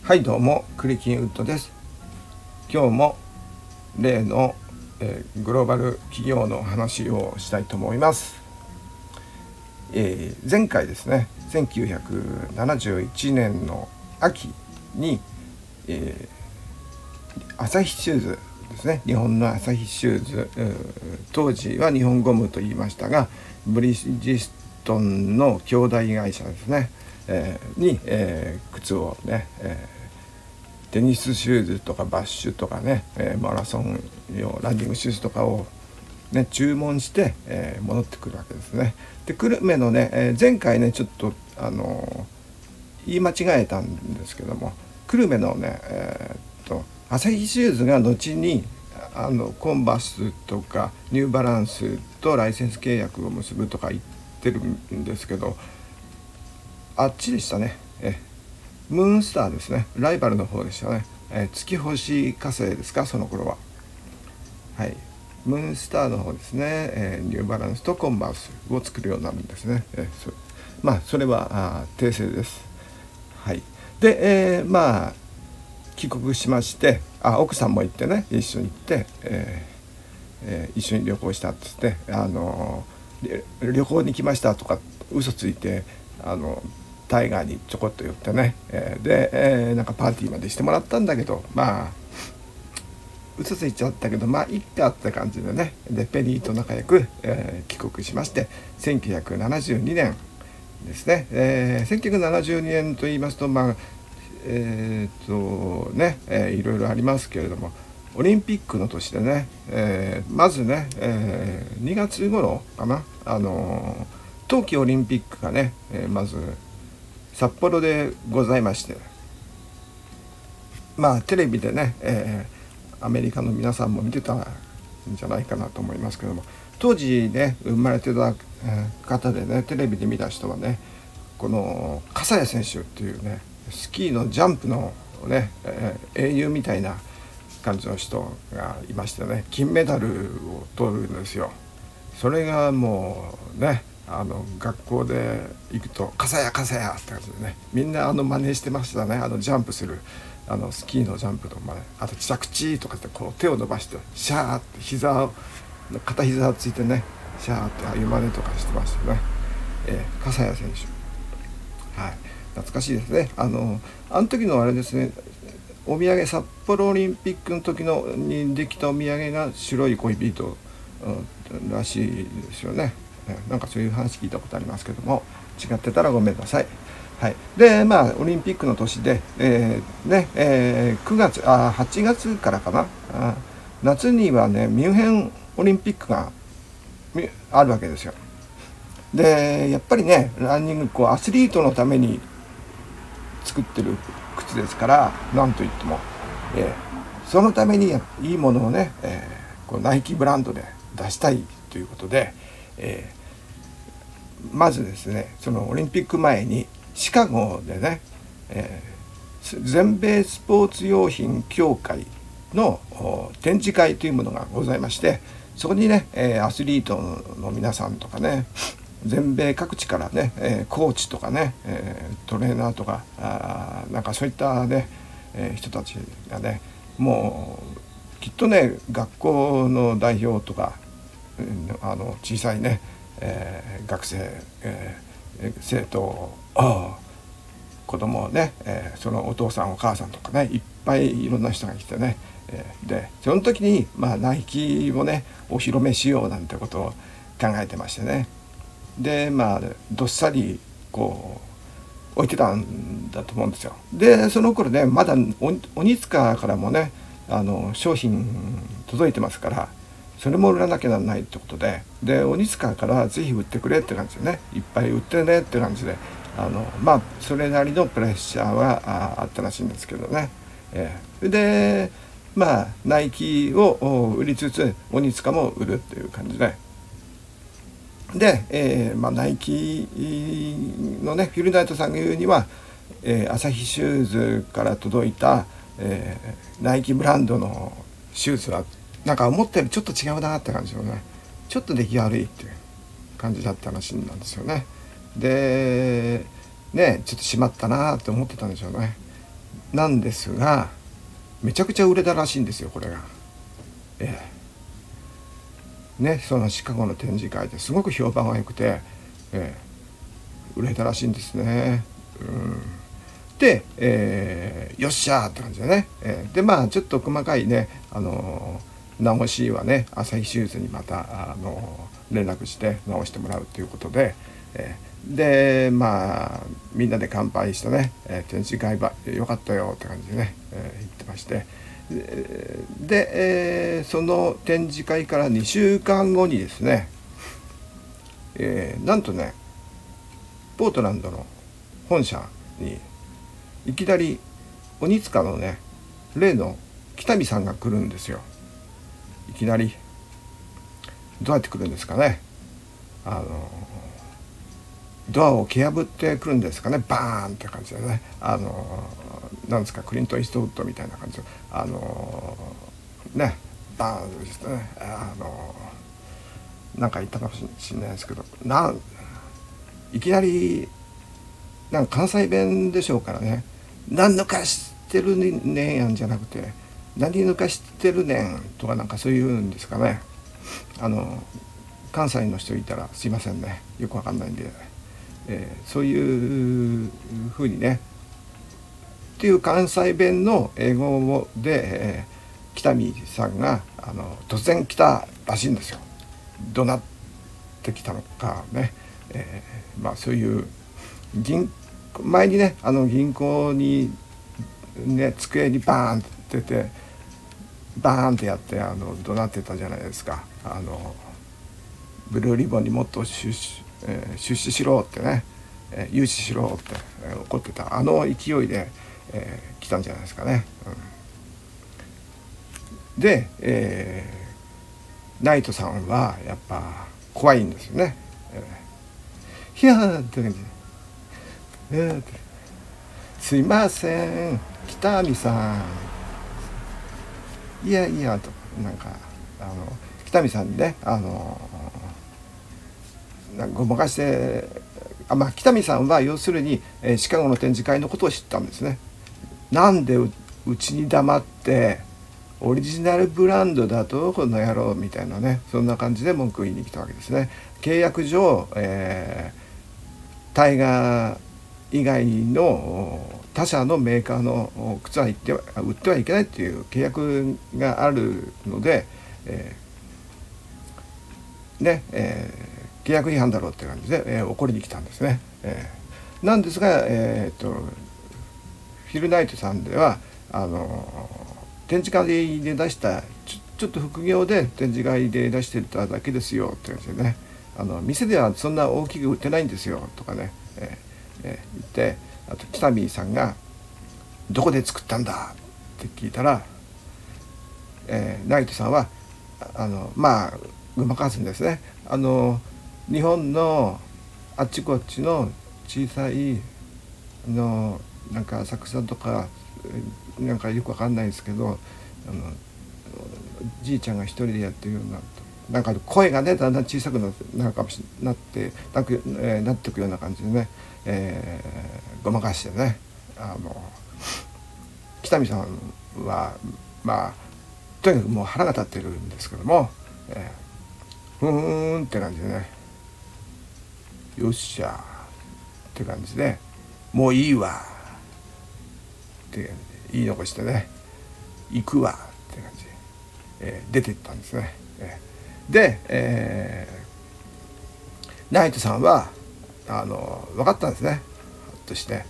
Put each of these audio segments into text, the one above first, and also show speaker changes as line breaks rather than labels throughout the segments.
はいどうもクリキンウッドです。今日も例の、グローバル企業の話をしたいと思います。前回ですね1971年の秋に、アサヒシューズですね、日本のアサヒシューズ、当時は日本ゴムと言いましたがブリヂストンの兄弟会社ですね、に、靴をね、テニスシューズとかバッシュとかね、マラソン用ランニングシューズとかを、ね、注文して、戻ってくるわけですね。で久留米のね、前回ねちょっと言い間違えたんですけども、久留米のね、アサヒシューズが後にコンバースとかニューバランスとライセンス契約を結ぶとか言ってるんですけど、あっちでしたね。ムーンスターですね、ライバルの方でしたね。月星火星ですか、その頃は。はい、ムーンスターの方ですね、ニューバランスとコンバースを作るようになるんですね。それは訂正です。はい、で、帰国しまして、奥さんも行ってね、一緒に行って、一緒に旅行したって言って、旅行に来ましたとか嘘ついてタイガーにちょこっと寄ってね、なんかパーティーまでしてもらったんだけど、嘘ついちゃったけどいっかって感じでね、でペリーと仲良く、帰国しまして1972年ですね、1972年と言いますといろいろありますけれども、オリンピックの年でね、まずね、2月頃かな、冬季オリンピックがね、まず札幌でございまして、テレビでね、アメリカの皆さんも見てたんじゃないかなと思いますけども、当時ね生まれてた方でね、テレビで見た人はね、この笠谷選手っていうね、スキーのジャンプのね、英雄みたいな感じの人がいましてね、金メダルを取るんですよ。それがもうね、学校で行くと笠谷って感じでね、みんな真似してましたね。ジャンプするスキーのジャンプとか、あと着地とかってこう手を伸ばしてシャーって片膝をついてね、シャーっていう真似とかしてましたね。笠谷選手、はい、懐かしいですね。あの時のあれですね、お土産、札幌オリンピックの時にできたお土産が白い恋人、らしいですよね。なんかそういう話聞いたことありますけども、違ってたらごめんなさい。はい、でオリンピックの年で、8月からかな、夏にはねミュンヘンオリンピックがあるわけですよ。でやっぱりね、ランニングアスリートのために作ってる靴ですから、なんといっても、そのためにいいものをね、ナイキブランドで出したいということで、まずですね、そのオリンピック前にシカゴでね、全米スポーツ用品協会の展示会というものがございまして、そこにね、アスリートの皆さんとかね、全米各地からね、コーチとかね、トレーナーとかなんかそういったね、人たちがね、もうきっとね学校の代表とか、小さいね、学生、生徒、子供ね、そのお父さんお母さんとかね、いっぱいいろんな人が来てね、でその時にナイキをねお披露目しようなんてことを考えてましてね。でどっさりこう置いてたんだと思うんですよ。でその頃ねまだ鬼塚からもね商品届いてますから、それも売らなきゃならないってことで、鬼塚からぜひ売ってくれって感じでね、いっぱい売ってねって感じで、それなりのプレッシャーはあったらしいんですけどね。でナイキを売りつつ鬼塚も売るっていう感じで。で、ナイキのねフィルナイトさんが言うには、アサヒシューズから届いた、ナイキブランドのシューズはなんか思ったよりちょっと違うなって感じのね、ちょっと出来悪いっていう感じだった話なんですよね。でねちょっとしまったなって思ってたんでしょうね。 なんですが、めちゃくちゃ売れたらしいんですよ、これが。そのシカゴの展示会ですごく評判が良くて、売れたらしいんですね。で、よっしゃーって感じでね、でちょっと細かいね、直しはね、朝日シューズにまた連絡して直してもらうということで、でみんなで乾杯してね、展示会よかったよって感じでね、言ってまして、で、その展示会から2週間後にですね、なんとねポートランドの本社にいきなり鬼塚のね例の北見さんが来るんですよ。いきなりどうやって来るんですかね。ドアを蹴破ってくるんですかね。バーンって感じでね、なんですか、クリント・イーストウッドみたいな感じでね、バーンですね、なんか言ったかもしれないですけど、いきなりなんか関西弁でしょうからね、何抜かしてるねんやんじゃなくて、何抜かしてるねんとかなんかそういうんですかね。関西の人いたらすいませんね、よくわかんないんで、そういうふうにねっていう関西弁の英語で、北見さんが突然来たらしいんですよ。どなってきたのかね、そういう前にね銀行にね机にバーンって出てバーンってやって怒鳴ってたじゃないですか。ブルーリボンにもっと出資しろってね、融資しろって、怒ってた勢いで、来たんじゃないですかね。で、ナイトさんはやっぱ怖いんですよね。いやーって感じで、すいません北見さん、いやいやとなんか北見さんにねごまかして北見さんは要するに、シカゴの展示会のことを知ったんですね。なんでうちに黙ってオリジナルブランドだとこの野郎みたいなね、そんな感じで文句を言いに来たわけですね。契約上、タイガー以外の他社のメーカーの靴は売ってはいけないっていう契約があるので、契約違反だろうって感じで、怒りに来たんですね。なんですが、フィルナイトさんでは展示会で出したちょっと副業で展示会で出してただけですよって感じでね、店ではそんな大きく売ってないんですよとかね、言って、あと北見さんがどこで作ったんだって聞いたら、ナイトさんはごまかすんですね。日本のあっちこっちの小さいなんか浅草とかなんかよくわかんないですけど、じいちゃんが一人でやってるようななんか声がねだんだん小さくなっていくような感じでね、ごまかしてね、北見さんはとにかくもう腹が立ってるんですけども、ふーんって感じでね、よっしゃって感じで、もういいわって言い残してね、行くわって感じで、出ていったんですね。で、ナイトさんは分かったんですね。ひょっとして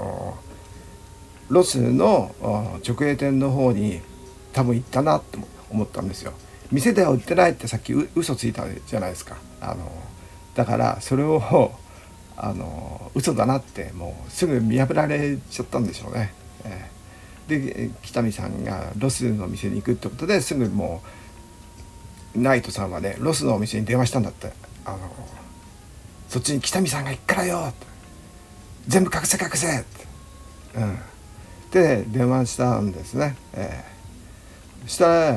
ロスの直営店の方に多分行ったなと思ったんですよ。店では売ってないってさっき嘘ついたじゃないですか。だからそれを嘘だなってもうすぐ見破られちゃったんでしょうね。で北見さんがロスの店に行くってことですぐもうナイトさんはねロスのお店に電話したんだって。そっちに北見さんが行くからよって、全部隠せって、で電話したんですね。そ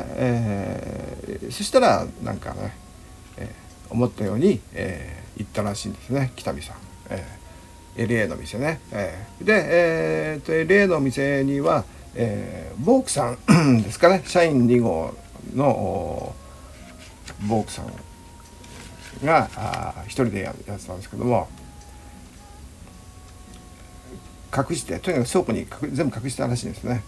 したらなんかね、思ったように、言ったらしいんですね、北見さん。 LA の店ね、で、LA の店には、ボークさんですかね、社員2号のボークさんが一人でやってたんですけども、隠して、とにかく倉庫に全部隠したらしいんですね。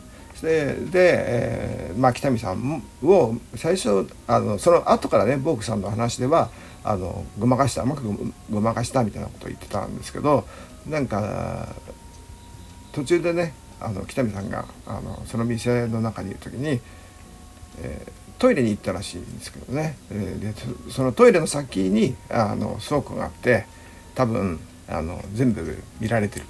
で、北見さんを最初その後からね、ボークさんの話ではごまかした、うまくごまかしたみたいなことを言ってたんですけど、なんか途中でね、北見さんがその店の中にいる時に、トイレに行ったらしいんですけどね、でそのトイレの先に倉庫があって、多分全部見られてる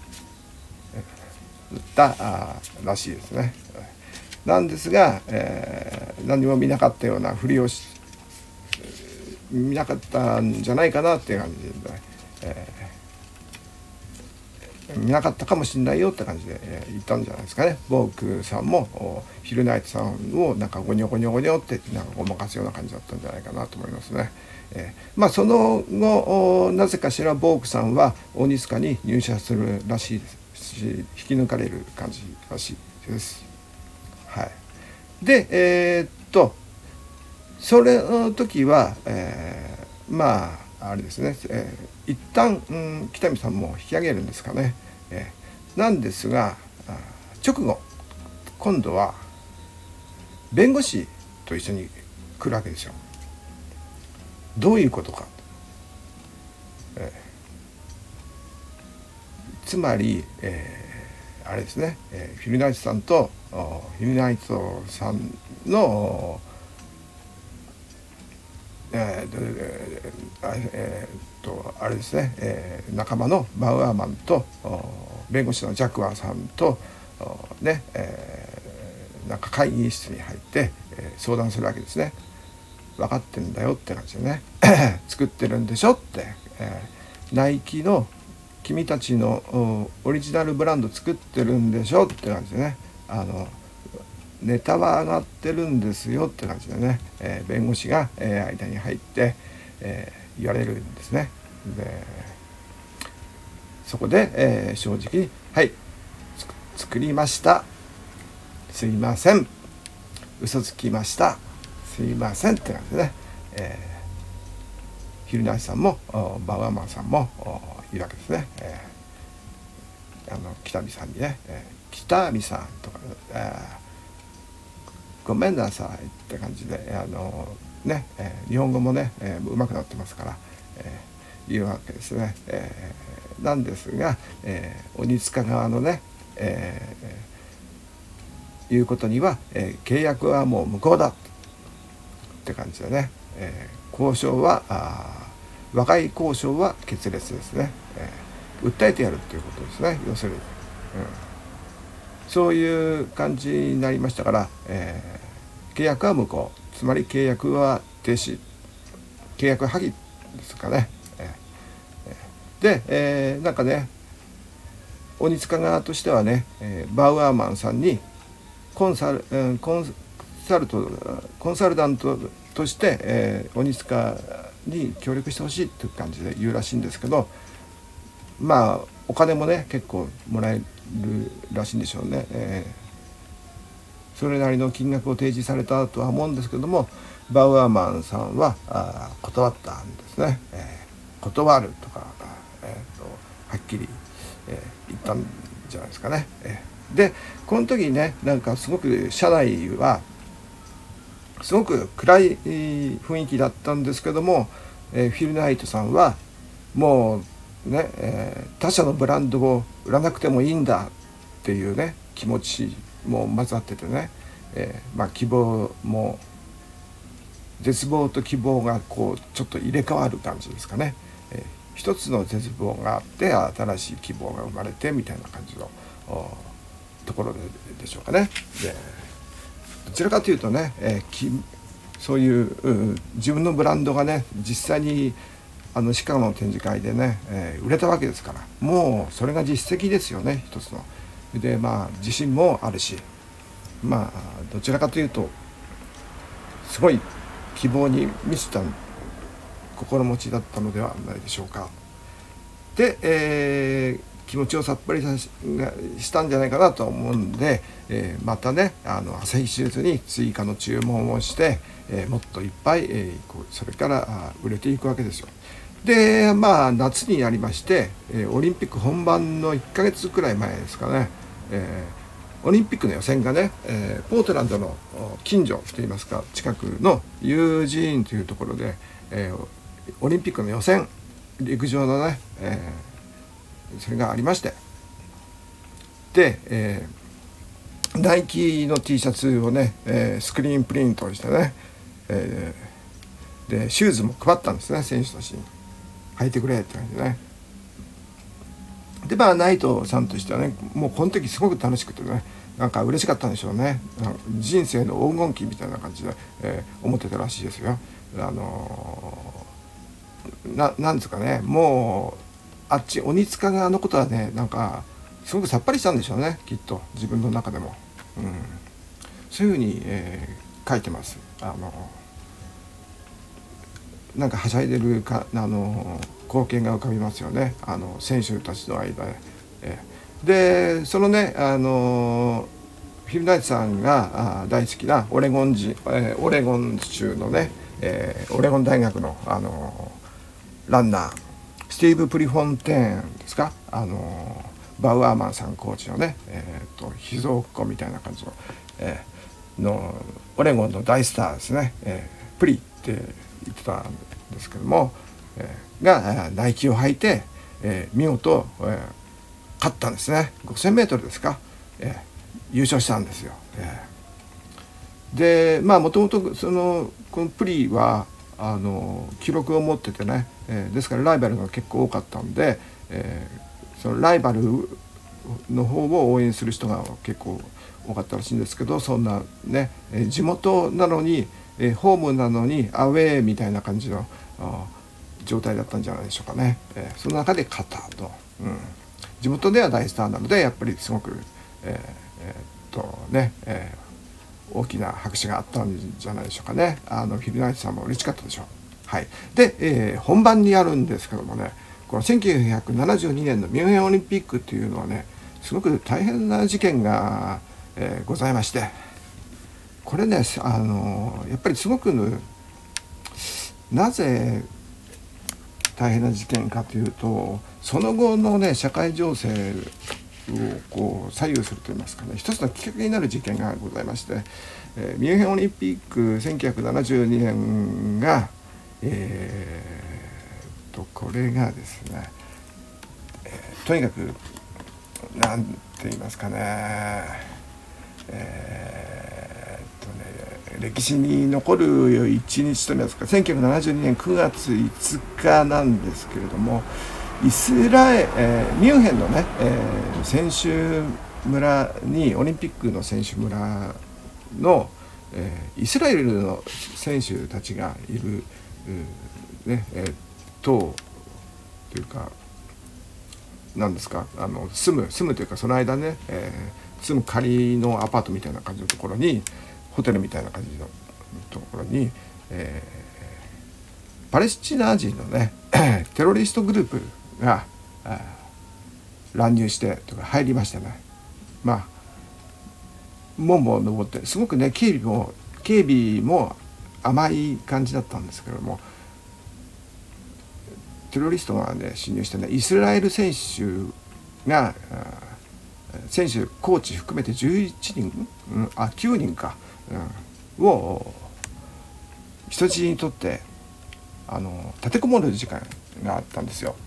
らしいですね。なんですが、何も見なかったようなふりを見なかったんじゃないかなっていう感じで、見なかったかもしれないよって感じで、言ったんじゃないですかね。ボークさんもヒルナイトさんをなんかゴニョゴニョゴニョってなんかごまかすような感じだったんじゃないかなと思いますね。その後なぜかしらボークさんは鬼塚に入社するらしいですし、引き抜かれる感じらしいです。はい、でそれの時は、あれですね、一旦、北見さんも引き上げるんですかね。なんですが直後今度は弁護士と一緒に来るわけですよ。どういうことか、つまり、あれですね、フィルナイトさんとフィルナイトさんのあれですね、仲間のバウアーマンと弁護士のジャクワーさんとね、なんか会議室に入って、相談するわけですね。分かってんだよって感じでね作ってるんでしょって、ナイキの君たちのオリジナルブランド作ってるんでしょって感じでね、ネタは上がってるんですよって感じでね、弁護士が、間に入って、言われるんですね。でそこで、正直に「はい作りました、すいません、嘘つきました、すいません」って感じでね、ヒルナイさんもバウアーマンさんもいるわけですね。北見さんにね「北見さん」とか、ごめんなさいって感じで日本語もね、上手くなってますから、言うわけですね。なんですが、鬼塚側のね、いうことには、契約はもう無効だって感じでね、交渉は和解交渉は決裂ですね、訴えてやるっていうことですね、要するに、そういう感じになりましたから、契約は無効、つまり契約は停止、契約は破棄ですかね。で、なんかね、鬼塚側としてはね、バウアーマンさんにコンサルタントとして、鬼塚に協力してほしいっていう感じで言うらしいんですけど、お金もね結構もらえるらしいんでしょうね。それなりの金額を提示されたとは思うんですけども、バウアーマンさんは断ったんですね。断るとか、はっきり、言ったんじゃないですかね。でこの時にね、なんかすごく社内はすごく暗い雰囲気だったんですけども、フィル・ナイトさんはもうね、他社のブランドを売らなくてもいいんだっていうね気持ちも混ざっててね、希望も絶望と希望がこうちょっと入れ替わる感じですかね。一つの絶望があって新しい希望が生まれてみたいな感じのところ でしょうかね。でどちらかというとね、そういう自分のブランドがね実際にシカゴの展示会でね、売れたわけですから、もうそれが実績ですよね、一つの。で自信もあるし、どちらかというとすごい希望に満ちた心持ちだったのではないでしょうか。 で、気持ちをさっぱりしたんじゃないかなと思うんで、またね朝日シューズに追加の注文をして、もっといっぱい、それから売れていくわけですよ。で夏になりまして、オリンピック本番の1ヶ月くらい前ですかね、オリンピックの予選がね、ポートランドの近所といいますか近くのユージーンというところで、オリンピックの予選陸上のね、それがありまして、で、ナイキの T シャツをね、スクリーンプリントをしてね、でシューズも配ったんですね、選手たちに履いてくれって感じでね。でナイトさんとしてはね、もうこの時すごく楽しくてね、なんか嬉しかったんでしょうね。人生の黄金期みたいな感じで、思ってたらしいですよ。なんですかね、もうあっち鬼塚側のことはね、なんかすごくさっぱりしたんでしょうね、きっと自分の中でも、そういうふうに、書いてます。なんかはしゃいでる光景が浮かびますよね、選手たちの間で。そのねフィル・ナイトさんが大好きなオレゴン州のね、オレゴン大学の、ランナースティーブ・プリフォンテーンですか、バウアーマンさんコーチのね、秘蔵っ子みたいな感じの、オレゴンの大スターですね、プリって言ってたんですけども、がナイキを履いて、見事、勝ったんですね。 5000m ですか、優勝したんですよ。でもともとこのプリは記録を持っててね、ですからライバルが結構多かったんで、そのライバルの方を応援する人が結構多かったらしいんですけど、そんなね、地元なのに、ホームなのにアウェーみたいな感じの状態だったんじゃないでしょうかね。その中で勝ったと、地元では大スターなのでやっぱりすごく大きな拍手があったんじゃないでしょうかね。フィル・ナイトさんも嬉しかったでしょう。はい、で、本番にやるんですけどもね、この1972年のミュンヘンオリンピックっていうのはね、すごく大変な事件が、ございまして、これねやっぱりすごくなぜ大変な事件かというと、その後のね社会情勢を左右するといいますかね、一つのきっかけになる事件がございまして、ミュンヘンオリンピック1972年が、これがですね、とにかくなんて言いますかね、歴史に残る一日といいますか、1972年9月5日なんですけれども、ミュンヘンのね、選手村にオリンピックの選手村の、イスラエルの選手たちがいる、というか何ですか、住むというか、その間ね、住む仮のアパートみたいな感じのところに、ホテルみたいな感じのところに、パレスチナ人のねテロリストグループが乱入してとか入りましてね、門を登って、すごくね警備も甘い感じだったんですけれども、テロリストがね侵入してね、イスラエル選手が選手コーチ含めて11人、9人か、を人質にとって立てこもる時間があったんですよ。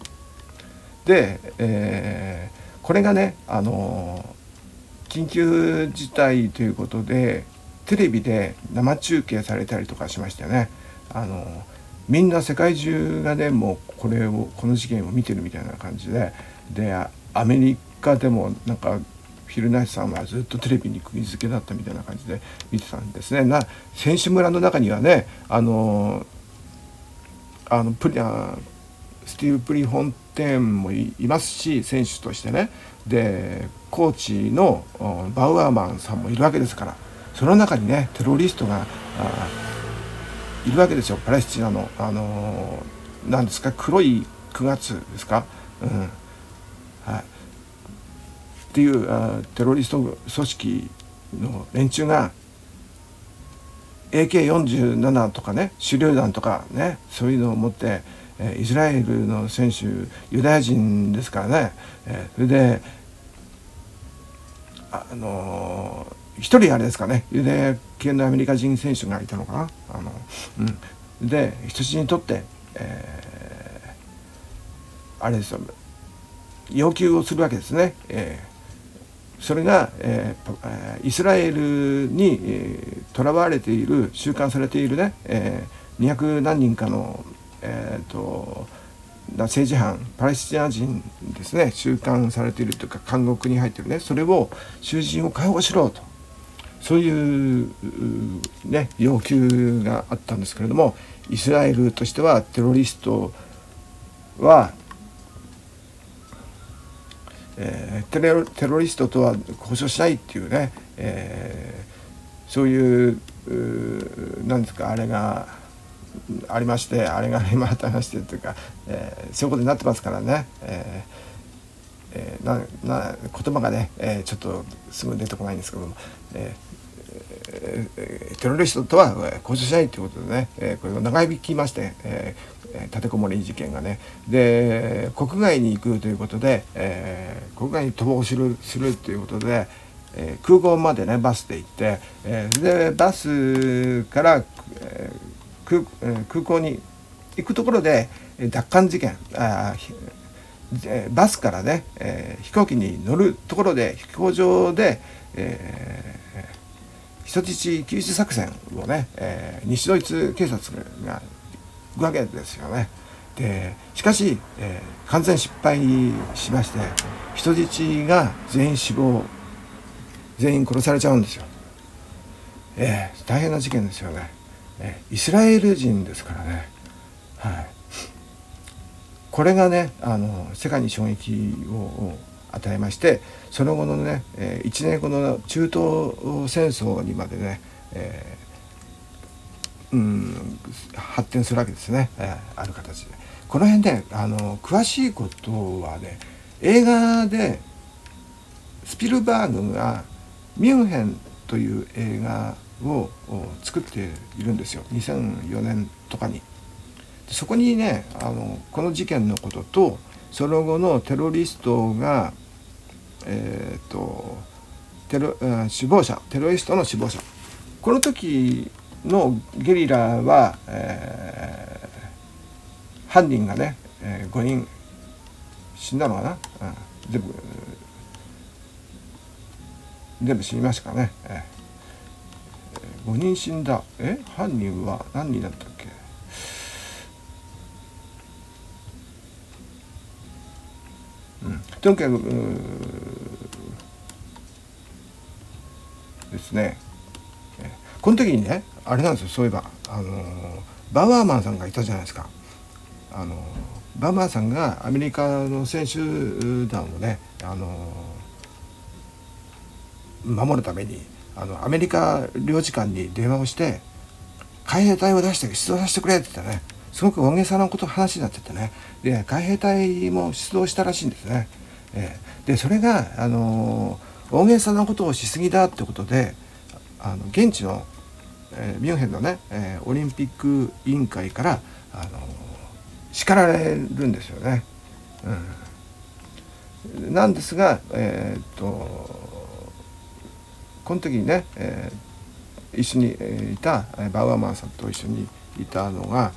で、これがね緊急事態ということでテレビで生中継されたりとかしましたよね。みんな世界中がねもうこの事件を見てるみたいな感じで、アメリカでもなんかフィル・ナイトさんはずっとテレビに釘付けだったみたいな感じで見てたんですね。選手村の中にはねスティーブ・プリフォンテーンもいますし、選手としてね。でコーチのバウアーマンさんもいるわけですから、その中にねテロリストがいるわけですよ。パレスチナの何ですか、黒い9月ですか、 はい、っていうテロリスト組織の連中が AK47 とかね、手榴弾とかね、そういうのを持ってイスラエルの選手ユダヤ人ですからね、それで一人あれですかね、ユダヤ系のアメリカ人選手がいたのかな、で人質にとって、あれですよ、要求をするわけですね。それが、イスラエルに囚われている、収監されているね、200何人かの、政治犯パレスチナ人ですね、収監されているというか監獄に入っているね、それを囚人を解放しろと、そういうね要求があったんですけれども、イスラエルとしてはテロリストはテロリストとは交渉しないっていうね、そういうなんですか、あれがありまして、あれが今ありましてというか、そういうことになってますからね、言葉がね、ちょっとすぐ出てこないんですけども、テロリストとは交渉しないということでね、これを長引きまして、立てこもり事件がね、で国外に行くということで、国外に逃亡するということで、空港までねバスで行って、でバスから、空港に行くところで奪還事件、バスからね、飛行機に乗るところで飛行場で、人質救出作戦をね、西ドイツ警察が行くわけですよね。でしかし、完全失敗しまして、人質が全員死亡、全員殺されちゃうんですよ。大変な事件ですよね。イスラエル人ですからね、はい、これがね世界に衝撃を与えまして、その後のね、1年後の中東戦争にまでね、発展するわけですね、ある形で。この辺で詳しいことはね、映画でスピルバーグがミュンヘンという映画を作っているんですよ、2004年とかに。そこにねこの事件のことと、その後のテロリストが首謀者、テロリストの首謀者、この時のゲリラは、犯人がね、5人死んだのかな、全部死にましたかね、5人死んだ。犯人は何人だったっけ。とにかくですね、この時にね、あれなんですよ、そういえばバウアーマンさんがいたじゃないですか。バウアーマンさんがアメリカの選手団をね守るためにアメリカ領事館に電話をして、海兵隊を出して出動させてくれって言ったね、すごく大げさな話になっててね、で海兵隊も出動したらしいんですね。でそれが大げさなことをしすぎだってことで、現地の、ミュンヘンのね、オリンピック委員会から叱られるんですよね。なんですが、この時にね、一緒にいたバウアーマンさんと一緒にいたのが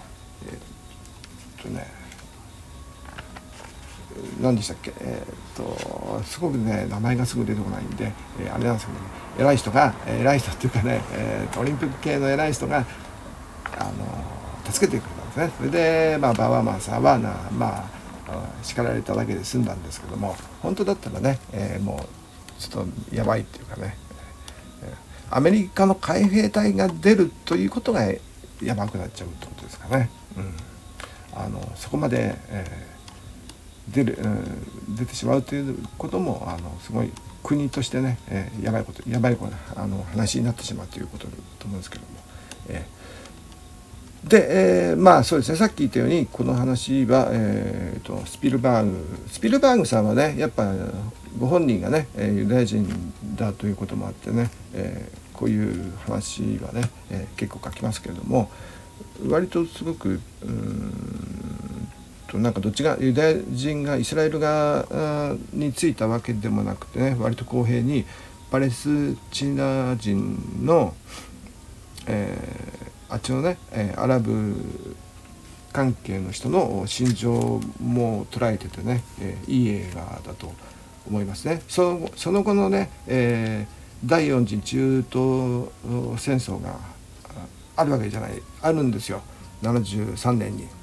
何でしたっけ、すごくね名前がすぐ出てこないんで、あれなんですけど、ね、偉い人っていうかね、オリンピック系の偉い人が助けてくれたんですね。それで、バウアーマンさんは叱られただけで済んだんですけども、本当だったらね、もうちょっとやばいっていうかね、アメリカの海兵隊が出るということがやばくなっちゃうってことですかね。そこまで、出てしまうということもすごい国としてね、やばい話になってしまうということだと思うんですけども、 で、まあそうですね、さっき言ったようにこの話は、スピルバーグさんはね、やっぱご本人がねユダヤ人だということもあってね、こういう話はね、結構書きますけれども、割とすごくなんかどっちがユダヤ人がイスラエル側についたわけでもなくてね、割と公平にパレスチナ人の、あっちのね、アラブ関係の人の心情も捉えててね、いい映画だと思いますね。その後のね、第4次中東戦争があるわけじゃない、あるんですよ、73年に、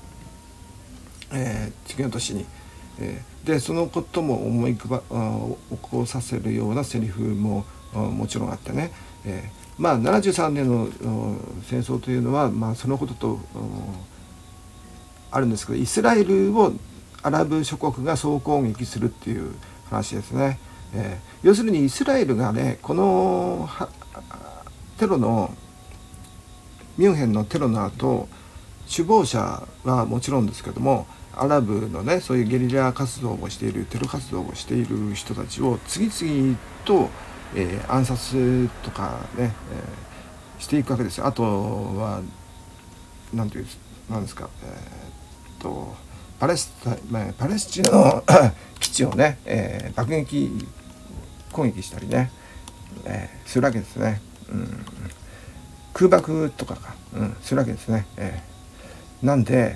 次の年に。でそのことも起こさせるようなセリフももちろんあってね、まあ73年の戦争というのは、まあ、そのこととあるんですけど、イスラエルをアラブ諸国が総攻撃するっていう話ですね。要するにイスラエルがね、このテロのミュンヘンのテロの後、首謀者はもちろんですけども、アラブのね、そういうゲリラ活動をしている、テロ活動をしている人たちを次々と、暗殺とかね、していくわけですよ。あとはなんですか、パレスチナの基地をね、爆撃攻撃したりね、するわけですね。空爆とかするわけですね。なんで、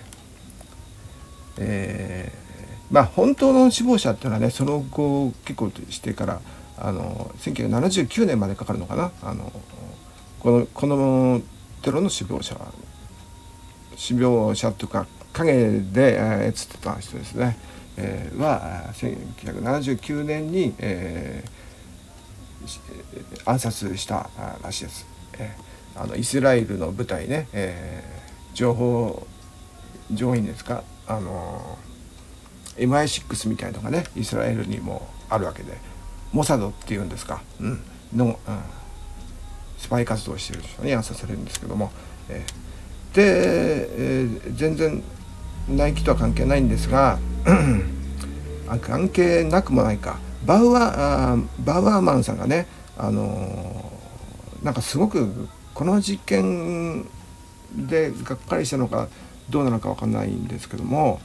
まあ本当の死亡者っていうのはね、その後結構してから1979年までかかるのかな、このテロの死亡者というか影で映ってた人ですね、は1979年に、暗殺したらしいです。イスラエルの部隊ね、情報員ですか、MI6 みたいなのがね、イスラエルにもあるわけで、モサドっていうんですか、スパイ活動をしている人に暗殺されるんですけども、で、全然ナイキとは関係ないんですが関係なくもないか、バウアーマンさんがね、なんかすごくこの実験でがっかりしたのかどうなのか分かんないんですけども、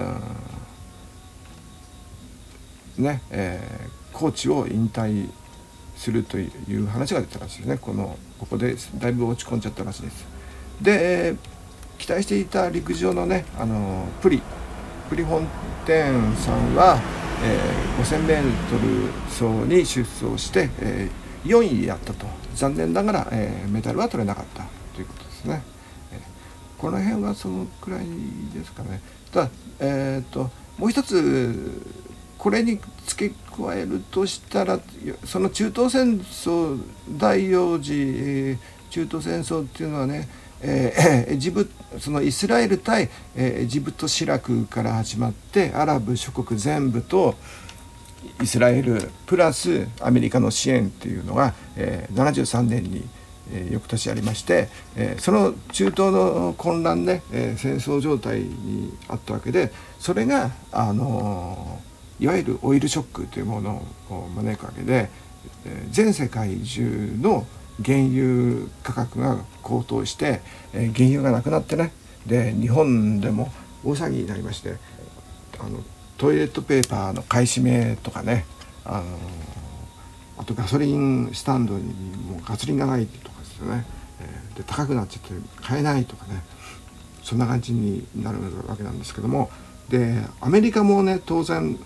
コーチを引退するという話が出たらしいですね。ここでだいぶ落ち込んじゃったらしいです。で、期待していた陸上のね、プリフォンテーンさんは、5000m 走に出走して、4位やったと。残念ながら、メダルは取れなかったということですね。この辺はそのくらいですかね。ただ、もう一つこれに付け加えるとしたら、その中東戦争第4次、中東戦争っていうのはね、そのイスラエル対、エジプトシラクから始まって、アラブ諸国全部とイスラエルプラスアメリカの支援っていうのが、73年に、翌年ありまして、その中東の混乱で、戦争状態にあったわけで、それがいわゆるオイルショックというものを招くわけで、全世界中の原油価格が高騰して、原油がなくなってね、で日本でも大騒ぎになりまして、トイレットペーパーの買い占めとかね、あとガソリンスタンドにもうガソリンがないとかですよね、で高くなっちゃって買えないとかね、そんな感じになるわけなんですけども、でアメリカもね、当然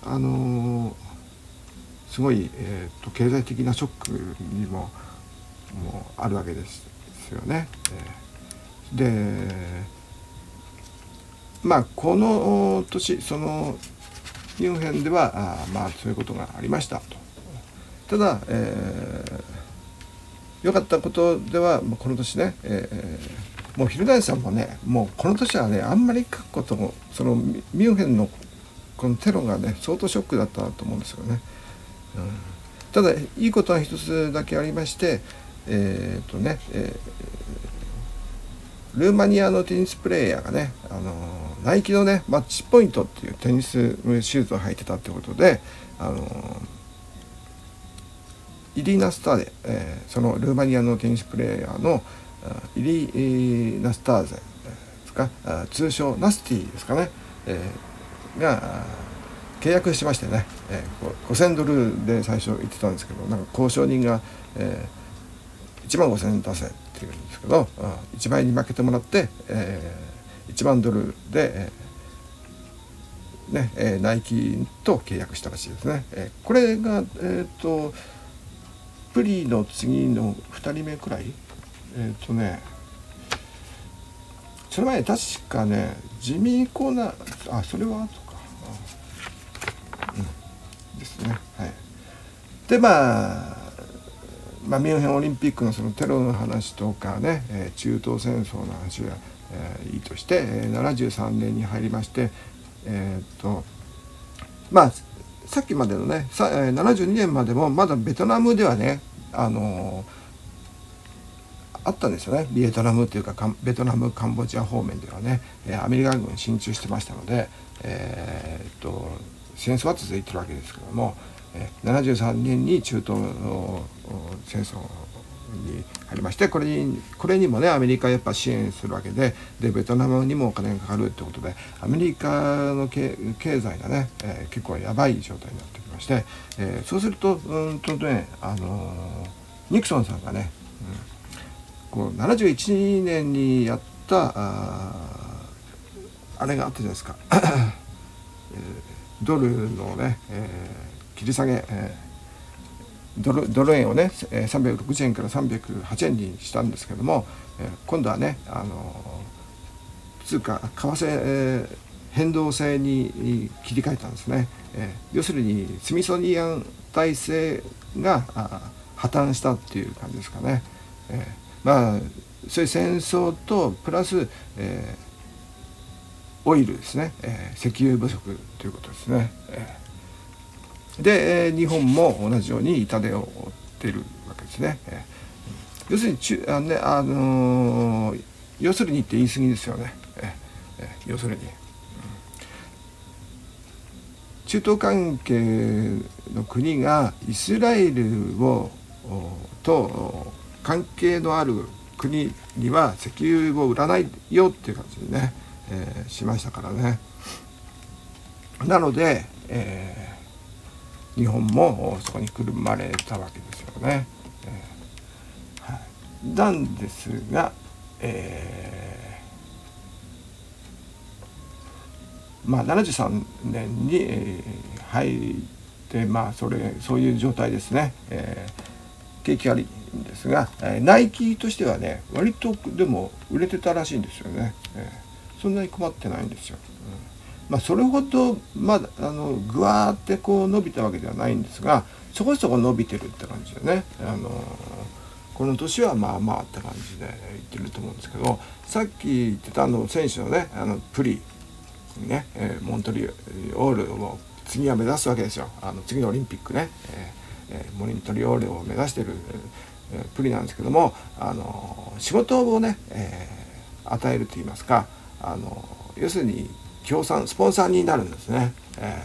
すごい、経済的なショックにもあるわけですよね。でまあこの年、そのミュンヘンではまあそういうことがありましたと。ただ、良かったことではこの年ね、もうヒルダイさんもね、もうこの年はね、あんまり書くことも、そのミュンヘンのこのテロがね、相当ショックだったと思うんですよね。ただいいことは一つだけありまして、 ルーマニアのテニスプレーヤーがね、ナイキのねマッチポイントっていうテニスシューズを履いてたってことで、イリーナ・スターゼ、そのルーマニアのテニスプレーヤーのイリーナ・スターゼですか、通称ナスティですかね、が契約しましてね、5000ドルで最初言ってたんですけど、なんか交渉人が、1万5000円出せって言うんですけど、1万円に負けてもらって、1万ドルで、ナイキと契約したらしいですね。これが、プリの次の2人目くらい、その前確かねジミー・コーナー、それは後か、ですね。はい。でミュンヘンオリンピックのそのテロの話とかね、中東戦争の話が、いいとして、73年に入りまして、さっきまでのね72年までもまだベトナムではねあったんですよね。ベトナムというかベトナムカンボジア方面ではねアメリカ軍進駐してましたので、戦争は続いてるわけですけども、73年に中東の戦争に入りまして、これにもねアメリカやっぱ支援するわけで、ベトナムにもお金がかかるってことで、アメリカの経済がね、結構やばい状態になってきまして、そうするとニクソンさんがね、こう71年にやったあれがあったじゃないですかドルのね、切り下げ、ドル円をね360円から308円にしたんですけども、今度はね通貨為替、変動制に切り替えたんですね。要するにスミソニアン体制が破綻したっていう感じですかね。そういう戦争とプラス、オイルですね、石油不足ということですね。で、日本も同じように痛手を負っているわけですね。要するに要するにって言い過ぎですよね。要するに、中東関係の国がイスラエルと関係のある国には石油を売らないよっていう感じでね、しましたからね。なので、日本もそこにくるまれたわけですよね。なんですが、73年に、入って、そういう状態ですね。景気悪いんですが、ナイキとしてはね割とでも売れてたらしいんですよね。そんなに困ってないんですよ。それほどぐわーってこう伸びたわけではないんですが、そこそこ伸びてるって感じでね、この年はまあまあって感じで言ってると思うんですけど、さっき言ってた選手のねプリね、モントリオールを次は目指すわけですよ。次のオリンピックね、モントリオールを目指している、プリなんですけども、仕事をね、与えるといいますか、要するにスポンサーになるんですね。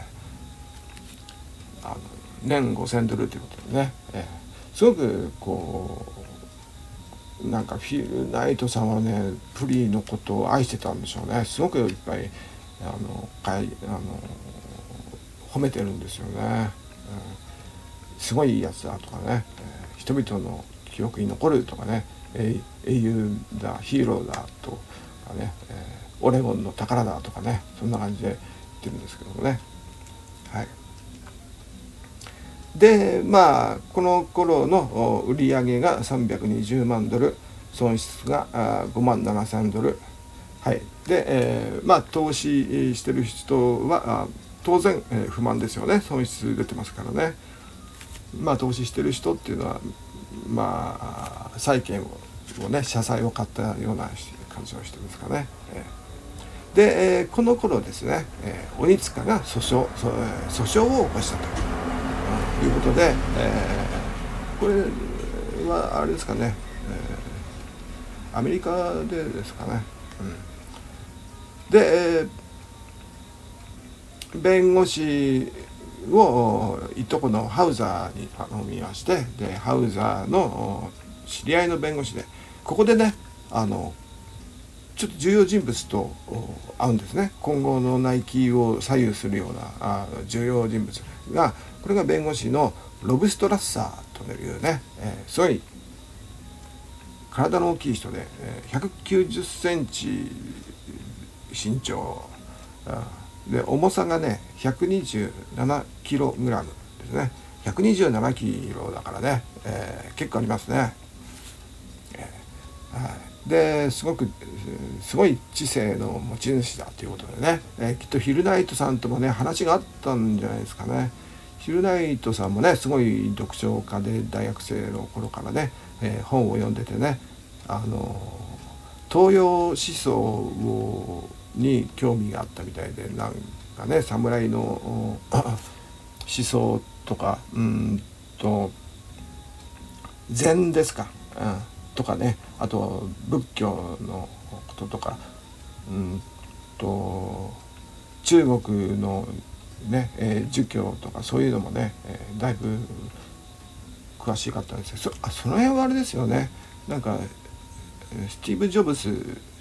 年5000ドルということでね、すごくこうなんかフィル・ナイトさんはねプリのことを愛してたんでしょうね。すごくいっぱい褒めてるんですよね。すごいやつだとかね、人々の記憶に残るとかね、英雄だヒーローだとかね、オレゴンの宝だとかね、そんな感じで言ってるんですけどもね。はい。でこの頃の売り上げが320万ドル、損失が5万7000ドル。はい。で、投資してる人は当然、不満ですよね。損失出てますからね。投資してる人っていうのは債券をね社債を買ったような感じをしてますかね。で、この頃ですね、鬼塚が訴訟を起こしたということで、これはあれですかね、 アメリカでですかね。で、弁護士をいとこのハウザーに頼みまして、でハウザーの知り合いの弁護士で、ここでねちょっと重要人物と会うんですね。今後のナイキを左右するような重要人物が、これが弁護士のロブ・ストラッサーというね、すごい体の大きい人で、190センチ身長で、重さがね127キログラムですね。127キロだからね、結構ありますね。ですごい知性の持ち主だということでね、きっとヒルナイトさんともね話があったんじゃないですかね。ヒルナイトさんもねすごい読書家で、大学生の頃からね、本を読んでてね、東洋思想に興味があったみたいで、なんかね侍の思想とか禅ですか、とかね、あと仏教のこととか、中国のね、儒教とかそういうのもね、だいぶ詳しかったんですけど、その辺はあれですよね。なんかスティーブ・ジョブス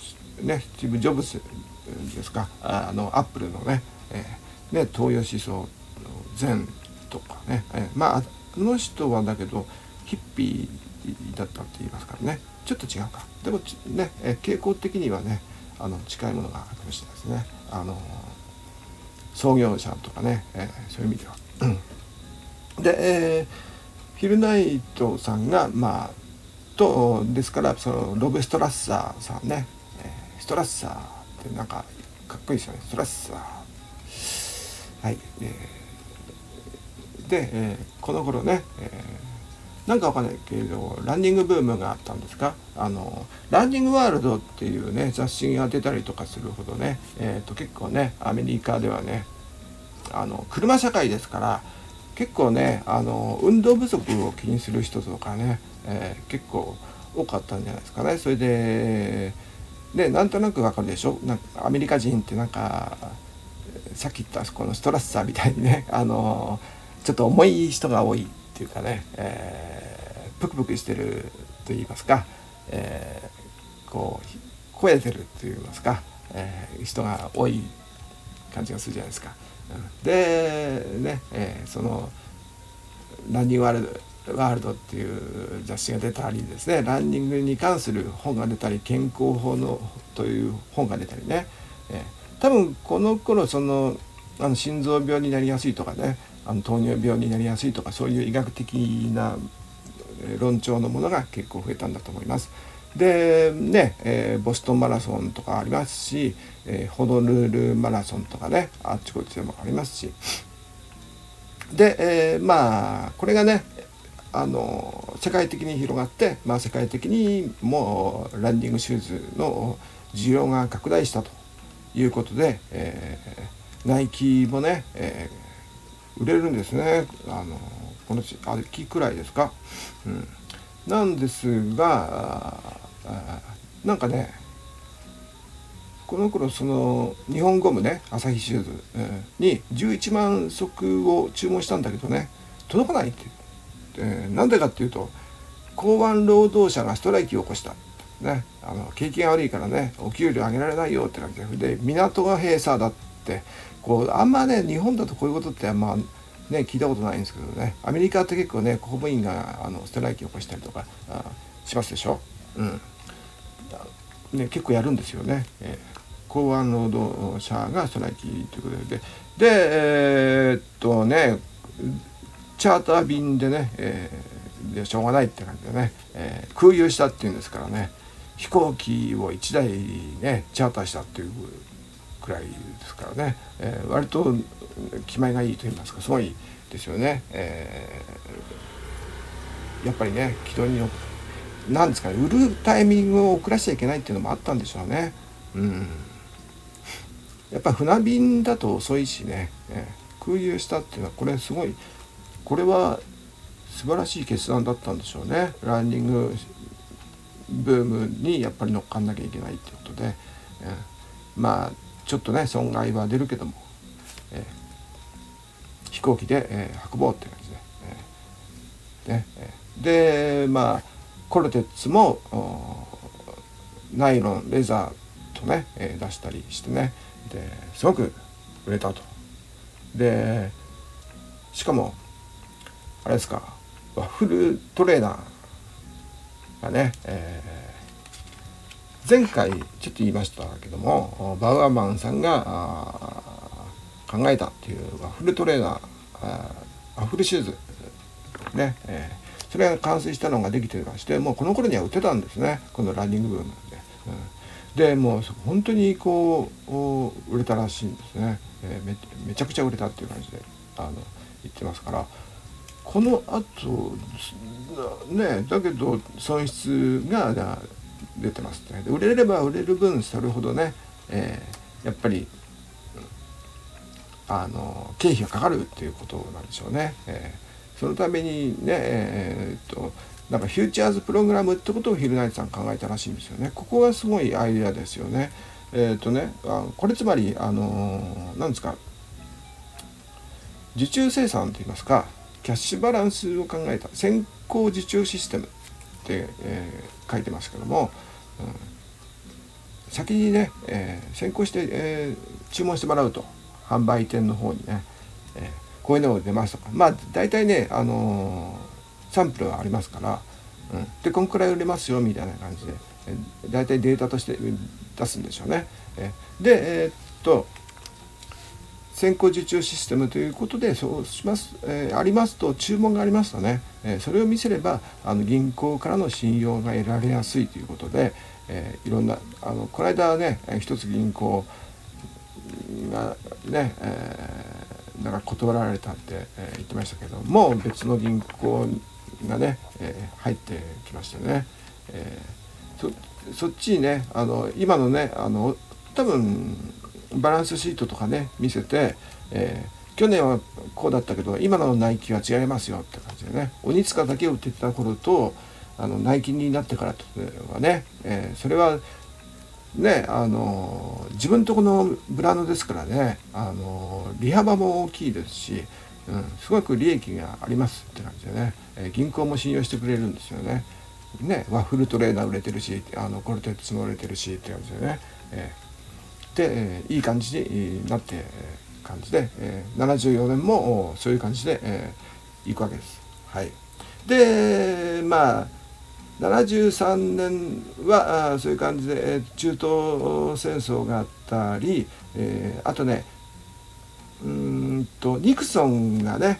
ですか、アップルのね、東洋思想の禅とかね、あの人はだけどヒッピーだったって言いますからね、ちょっと違うか。でもね、傾向的にはね近いものがあるかもしれないですね。創業者とかね、そういう意味では。で、ヒルナイトさんがですから、そのロブ・ストラッサーさんね、ストラッサーってなんかかっこいいですよね、ストラッサー。はい。で、この頃ね、なんかわかんないけどランニングブームがあったんですか。ランニングワールドっていうね雑誌が出たりとかするほどね、結構ねアメリカではね車社会ですから、結構ね運動不足を気にする人とかね、結構多かったんじゃないですかね。それでなんとなくわかるでしょ。なんかアメリカ人ってなんかさっき言ったこのストラッサーみたいにねちょっと重い人が多いっていうかね、プクプクしてると言いますか、こう肥えてると言いますか、人が多い感じがするじゃないですか。でね、そのランニングワールドっていう雑誌が出たりですね、ランニングに関する本が出たり、健康法のという本が出たりね、多分この頃心臓病になりやすいとかね、糖尿病になりやすいとか、そういう医学的な論調のものが結構増えたんだと思います。でね、ボストンマラソンとかありますし、ホノルルマラソンとかね、あっちこっちでもありますし、で、これがね世界的に広がって、世界的にもランニングシューズの需要が拡大したということで、ナイキもね、売れるんですね。この秋くらいですか。なんですがなんかね、この頃その日本ゴムね、アサヒシューズ、に11万足を注文したんだけどね、届かないって言って、なんでかっていうと港湾労働者がストライキを起こしたね、景気が悪いからねお給料上げられないよって感じで、港が閉鎖だってあんまね日本だとこういうことって聞いたことないんですけどね、アメリカって結構ね公務員がストライキを起こしたりとかしますでしょ。結構やるんですよね。港湾労働者がストライキということで、チャーター便でね、でしょうがないって感じでね、空輸したっていうんですからね、飛行機を1台ねチャーターしたっていうくらいですからね、割と気前がいいと言いますか、すごいですよね。やっぱりね軌道になんですかね、売るタイミングを遅らしちゃいけないっていうのもあったんでしょうね。やっぱ船便だと遅いしね、空輸したっていうのはこれは素晴らしい決断だったんでしょうね。ランニングブームにやっぱり乗っかんなきゃいけないっていうことで、まあちょっとね損害は出るけども、飛行機で、運ぼうって感じで、でまあコルテッツもナイロンレザーとね、出したりしてね、ですごく売れたと。でしかもあれですか、ワッフルトレーナーがね、前回ちょっと言いましたけども、バウアーマンさんが考えたっていうワッフルトレーナー、ワッフルシューズね、それが完成したのができてまして、もうこの頃には売ってたんですね、このランニングブームで、でもう本当にこう売れたらしいんですね、めちゃくちゃ売れたっていう感じで言ってますから、この後ね、だけど損失が出てますね。で売れれば売れる分それほどね、やっぱり経費がかかるっていうことなんでしょうね。そのためにね、なんかフューチャーズプログラムってことをヒルナイトさん考えたらしいんですよね。ここがすごいアイデアですよね。これつまり何ですか、受注生産といいますか、キャッシュバランスを考えた先行受注システムって、書いてますけども、先にね、先行して、注文してもらうと、販売店の方にね、こういうのが出ますとか、まあ大体ね、サンプルがありますから、でこんくらい売れますよみたいな感じで、大体データとして出すんでしょうね。で先行受注システムということで、そうします、ありますと、注文がありますとね、それを見せれば銀行からの信用が得られやすいということで、いろんなこの間ね、一つ銀行がね、なんか断られたって、言ってましたけども、別の銀行がね、入ってきましたね。そっちにね、今のね、多分バランスシートとかね見せて、去年はこうだったけど今のナイキは違いますよって感じでね、鬼塚だけを売ってた頃とナイキになってからとはね、それはね、自分とこのブランドですからね、利幅も大きいですし、すごく利益がありますって感じでね、銀行も信用してくれるんですよね。ワッフルトレーナー売れてるし、コルテッツも売れてるしって感じでね、で、いい感じになって感じで、74年もそういう感じで、いくわけです。はい。でまあ73年はそういう感じで、中東戦争があったり、あとねニクソンがね、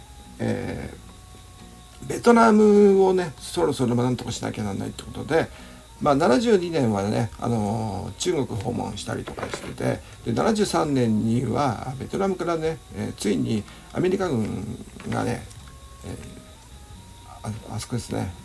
ベトナムをねそろそろなんとかしなきゃならないってことで、72年はね、中国訪問したりとかしてて、で73年にはベトナムからね、ついにアメリカ軍がね、あそこですね、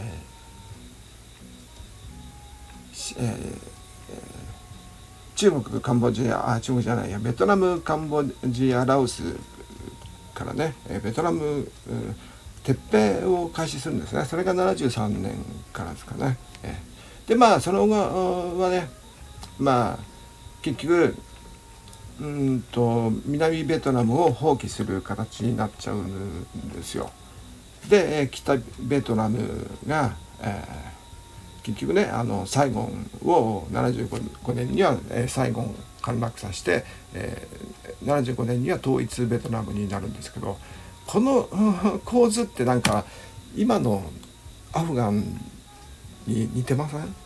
中国カンボジア中国じゃないやベトナムカンボジアラオスからね、ベトナム撤兵を開始するんですね。それが73年からですかね。でその後はね、結局南ベトナムを放棄する形になっちゃうんですよ。で北ベトナムが、結局ねサイゴンを75年には、サイゴンを陥落させて、75年には統一ベトナムになるんですけど、この構図ってなんか今のアフガンに似てません？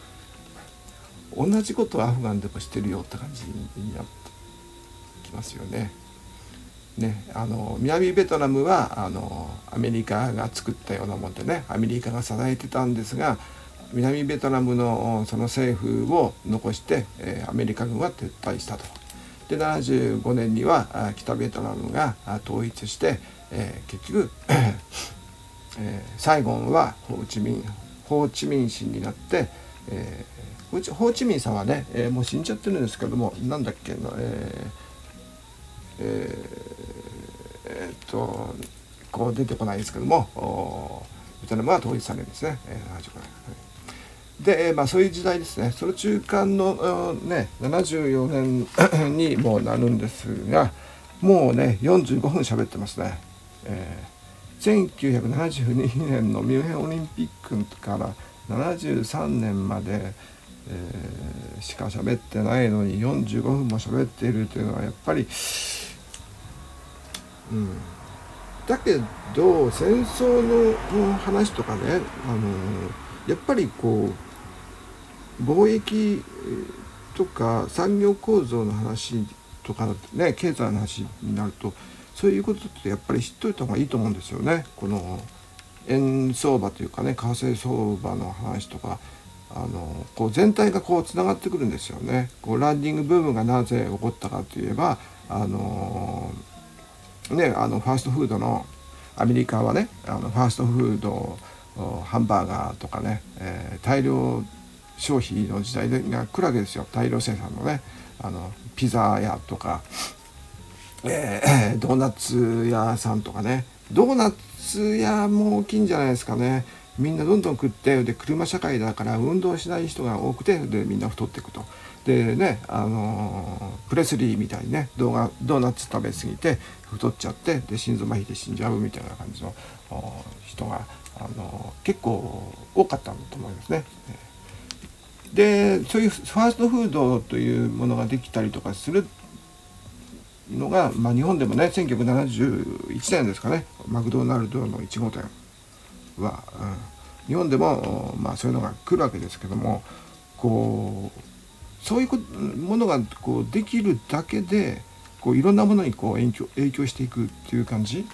同じことをアフガンでもしてるよって感じになってきますよね。南ベトナムはアメリカが作ったようなもんでね、アメリカが支えてたんですが、南ベトナムのその政府を残して、アメリカ軍は撤退したと。で75年には北ベトナムが統一して、結局、サイゴンはホーチミン市になって、ホーチミンさんはね、もう死んじゃってるんですけども、なんだっけな、こう出てこないですけども、ベトナムは統一されるんですね。75年で、そういう時代ですね。その中間の、74年にもうなるんですが、もうね45分喋ってますね。1972年のミュンヘンオリンピックから73年まで、しか喋ってないのに45分も喋っているというのはやっぱり、だけど戦争の話とかね、やっぱりこう貿易とか産業構造の話とかね、経済の話になると、そういうことってやっぱり知っといた方がいいと思うんですよね。この円相場というかね、為替相場の話とか、こう全体がこうつながってくるんですよね。こうランディングブームがなぜ起こったかといえば、ファーストフードのアメリカはね、ファーストフードハンバーガーとかね、大量消費の時代が来るわけですよ。大量生産のね、ピザ屋とか、ドーナツ屋さんとかね。ドーナツ屋も大きいんじゃないですかね。みんなどんどん食って、で車社会だから運動しない人が多くて、でみんな太っていくと。でね、プレスリーみたいにね、ドーナツ食べ過ぎて太っちゃって、で心臓麻痺で死んじゃうみたいな感じの人が結構多かったんだと思いますね。でそういうファーストフードというものができたりとかするのが、日本でもね1971年ですかね、マクドナルドの1号店は、日本でも、そういうのが来るわけですけども、こうそういうものがこうできるだけで、こういろんなものにこう影響していくっていう感じ、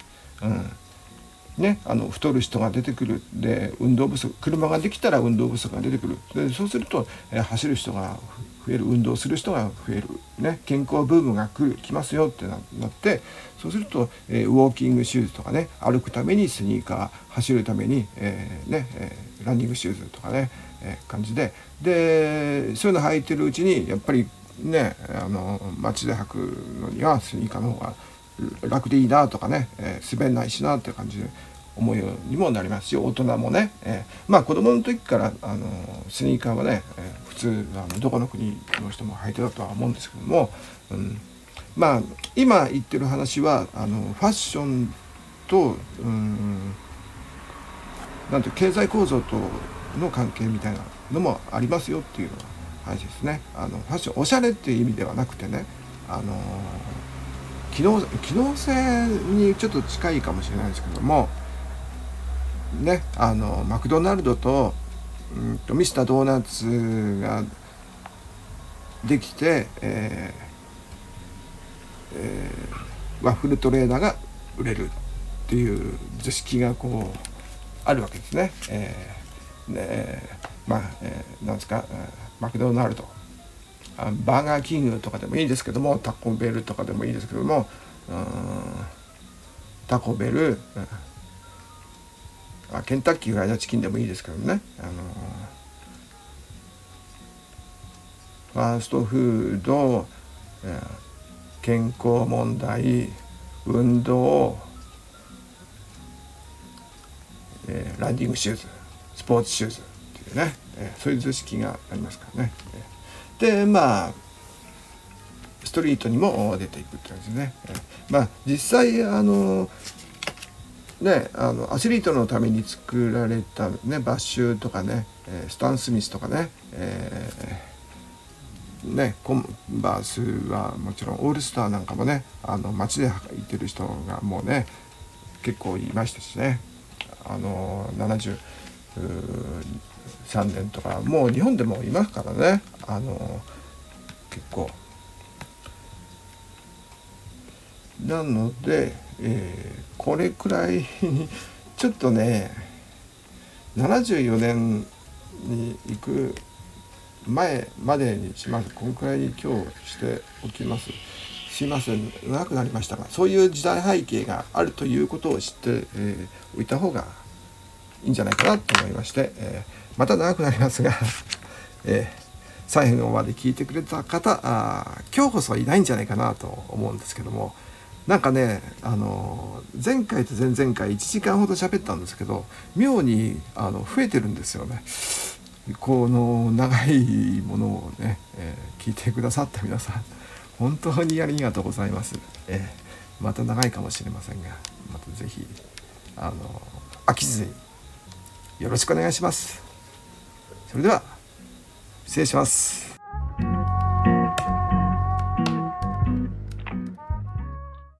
太る人が出てくる。で運動不足、車ができたら運動不足が出てくる。でそうすると、走る人が増える、運動する人が増える、ね、健康ブームが来ますよってなって、そうすると、ウォーキングシューズとかね、歩くためにスニーカー、走るために、ランニングシューズとかね、感じで、そういうの履いてるうちにやっぱりね、街で履くのにはスニーカーの方が楽でいいなとかね、滑んないしなっていう感じで思うようにもなりますし、大人もね、子供の時からスニーカーはね、普通どこの国の人も履いてたとは思うんですけども、今言ってる話はファッションとなんて経済構造との関係みたいなのもありますよっていうのが話ですね。ファッションおしゃれっていう意味ではなくてね、機能性にちょっと近いかもしれないですけどもね、マクドナルドとミスタードーナツができて、ワッフルトレーナーが売れるっていう図式がこうあるわけですね。なんですか、マクドナルド、バーガーキングとかでもいいですけども、タコベルとかでもいいですけども、タコベル、ケンタッキーフライドチキンでもいいですけどね、ファーストフード、健康問題、運動、ランディングシューズ、スポーツシューズっていうね、そういう図式がありますからね。でストリートにも出ていくって感じですね。実際アスリートのために作られたね、バッシュとかね、スタン・スミスとかね、コンバースはもちろん、オールスターなんかもね、街で履いてる人がもうね結構いましたしね、73年とかもう日本でもいますからね、結構なので、これくらいちょっとね74年に行く前までにします。このくらいに今日しておきます。すいません、長くなりましたが、そういう時代背景があるということを知って、おいた方がいいんじゃないかなと思いまして、また長くなりますが、最後まで聞いてくれた方、今日こそいないんじゃないかなと思うんですけども、なんかね、前回と前々回1時間ほど喋ったんですけど、妙に増えてるんですよね。 この長いものをね、聞いてくださった皆さん本当にありがとうございます。また長いかもしれませんが、またぜひ飽きずによろしくお願いします。それでは失礼します。